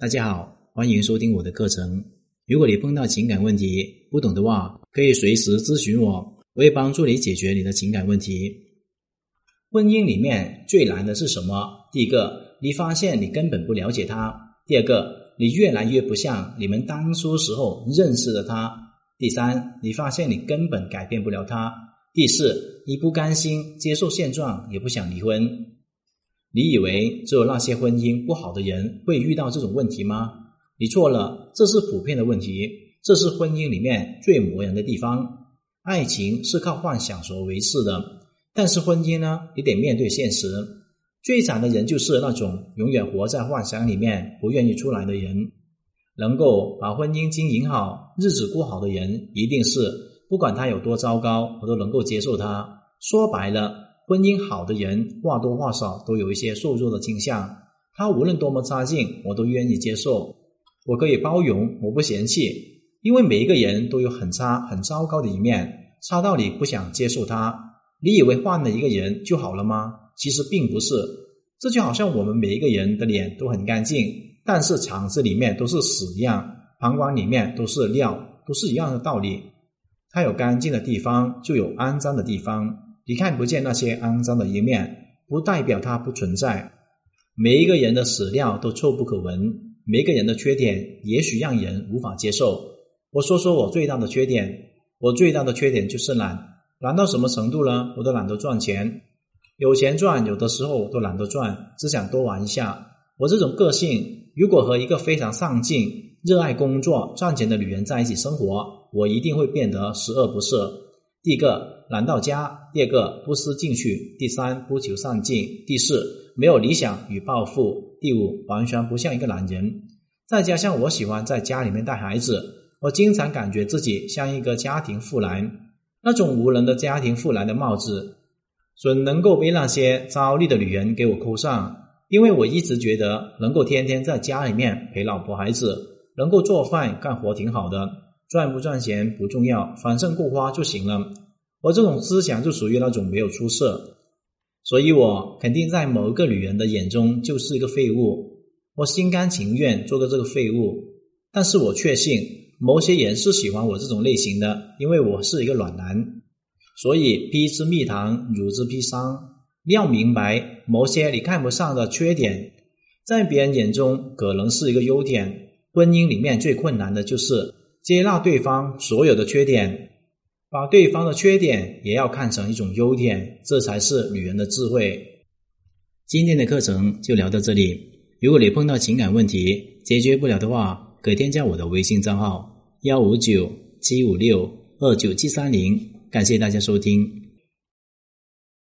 大家好，欢迎收听我的课程。如果你碰到情感问题不懂的话，可以随时咨询我，我会帮助你解决你的情感问题。婚姻里面最难的是什么？第一个，你发现你根本不了解他；第二个，你越来越不像你们当初时候认识的他；第三，你发现你根本改变不了他；第四，你不甘心接受现状，也不想离婚。你以为只有那些婚姻不好的人会遇到这种问题吗？你错了，这是普遍的问题，这是婚姻里面最磨人的地方。爱情是靠幻想所维持的，但是婚姻呢，你得面对现实。最惨的人就是那种永远活在幻想里面不愿意出来的人。能够把婚姻经营好，日子过好的人，一定是不管他有多糟糕，我都能够接受他。说白了，婚姻好的人或多或少都有一些受弱的倾向，他无论多么差劲，我都愿意接受。我可以包容，我不嫌弃，因为每一个人都有很差很糟糕的一面，差到你不想接受他。你以为换了一个人就好了吗？其实并不是。这就好像我们每一个人的脸都很干净，但是肠子里面都是屎一样，膀胱里面都是尿，都是一样的道理。它有干净的地方，就有肮脏的地方。你看不见那些肮脏的一面，不代表它不存在。每一个人的屎尿都臭不可闻，每一个人的缺点也许让人无法接受。我说说我最大的缺点，我最大的缺点就是懒。懒到什么程度呢？我都懒得赚钱。有钱赚，有的时候都懒得赚，只想多玩一下。我这种个性，如果和一个非常上进、热爱工作、赚钱的女人在一起生活，我一定会变得十恶不赦。第一个，懒到家；第二个，不思进取；第三，不求上进；第四，没有理想与抱负；第五，完全不像一个男人。再加上我喜欢在家里面带孩子，我经常感觉自己像一个家庭妇男。那种无能的家庭妇男的帽子，准能够被那些糟虑的女人给我扣上。因为我一直觉得能够天天在家里面陪老婆孩子，能够做饭干活挺好的，赚不赚钱不重要，反正够花就行了。我这种思想就属于那种没有出色，所以我肯定在某一个女人的眼中就是一个废物。我心甘情愿做个这个废物，但是我确信某些人是喜欢我这种类型的，因为我是一个暖男。所以砒之蜜糖，乳之砒霜。你要明白，某些你看不上的缺点，在别人眼中可能是一个优点。婚姻里面最困难的就是接纳对方所有的缺点，把对方的缺点也要看成一种优点，这才是女人的智慧。今天的课程就聊到这里。如果你碰到情感问题解决不了的话，可以添加我的微信账号159-756-29730。感谢大家收听。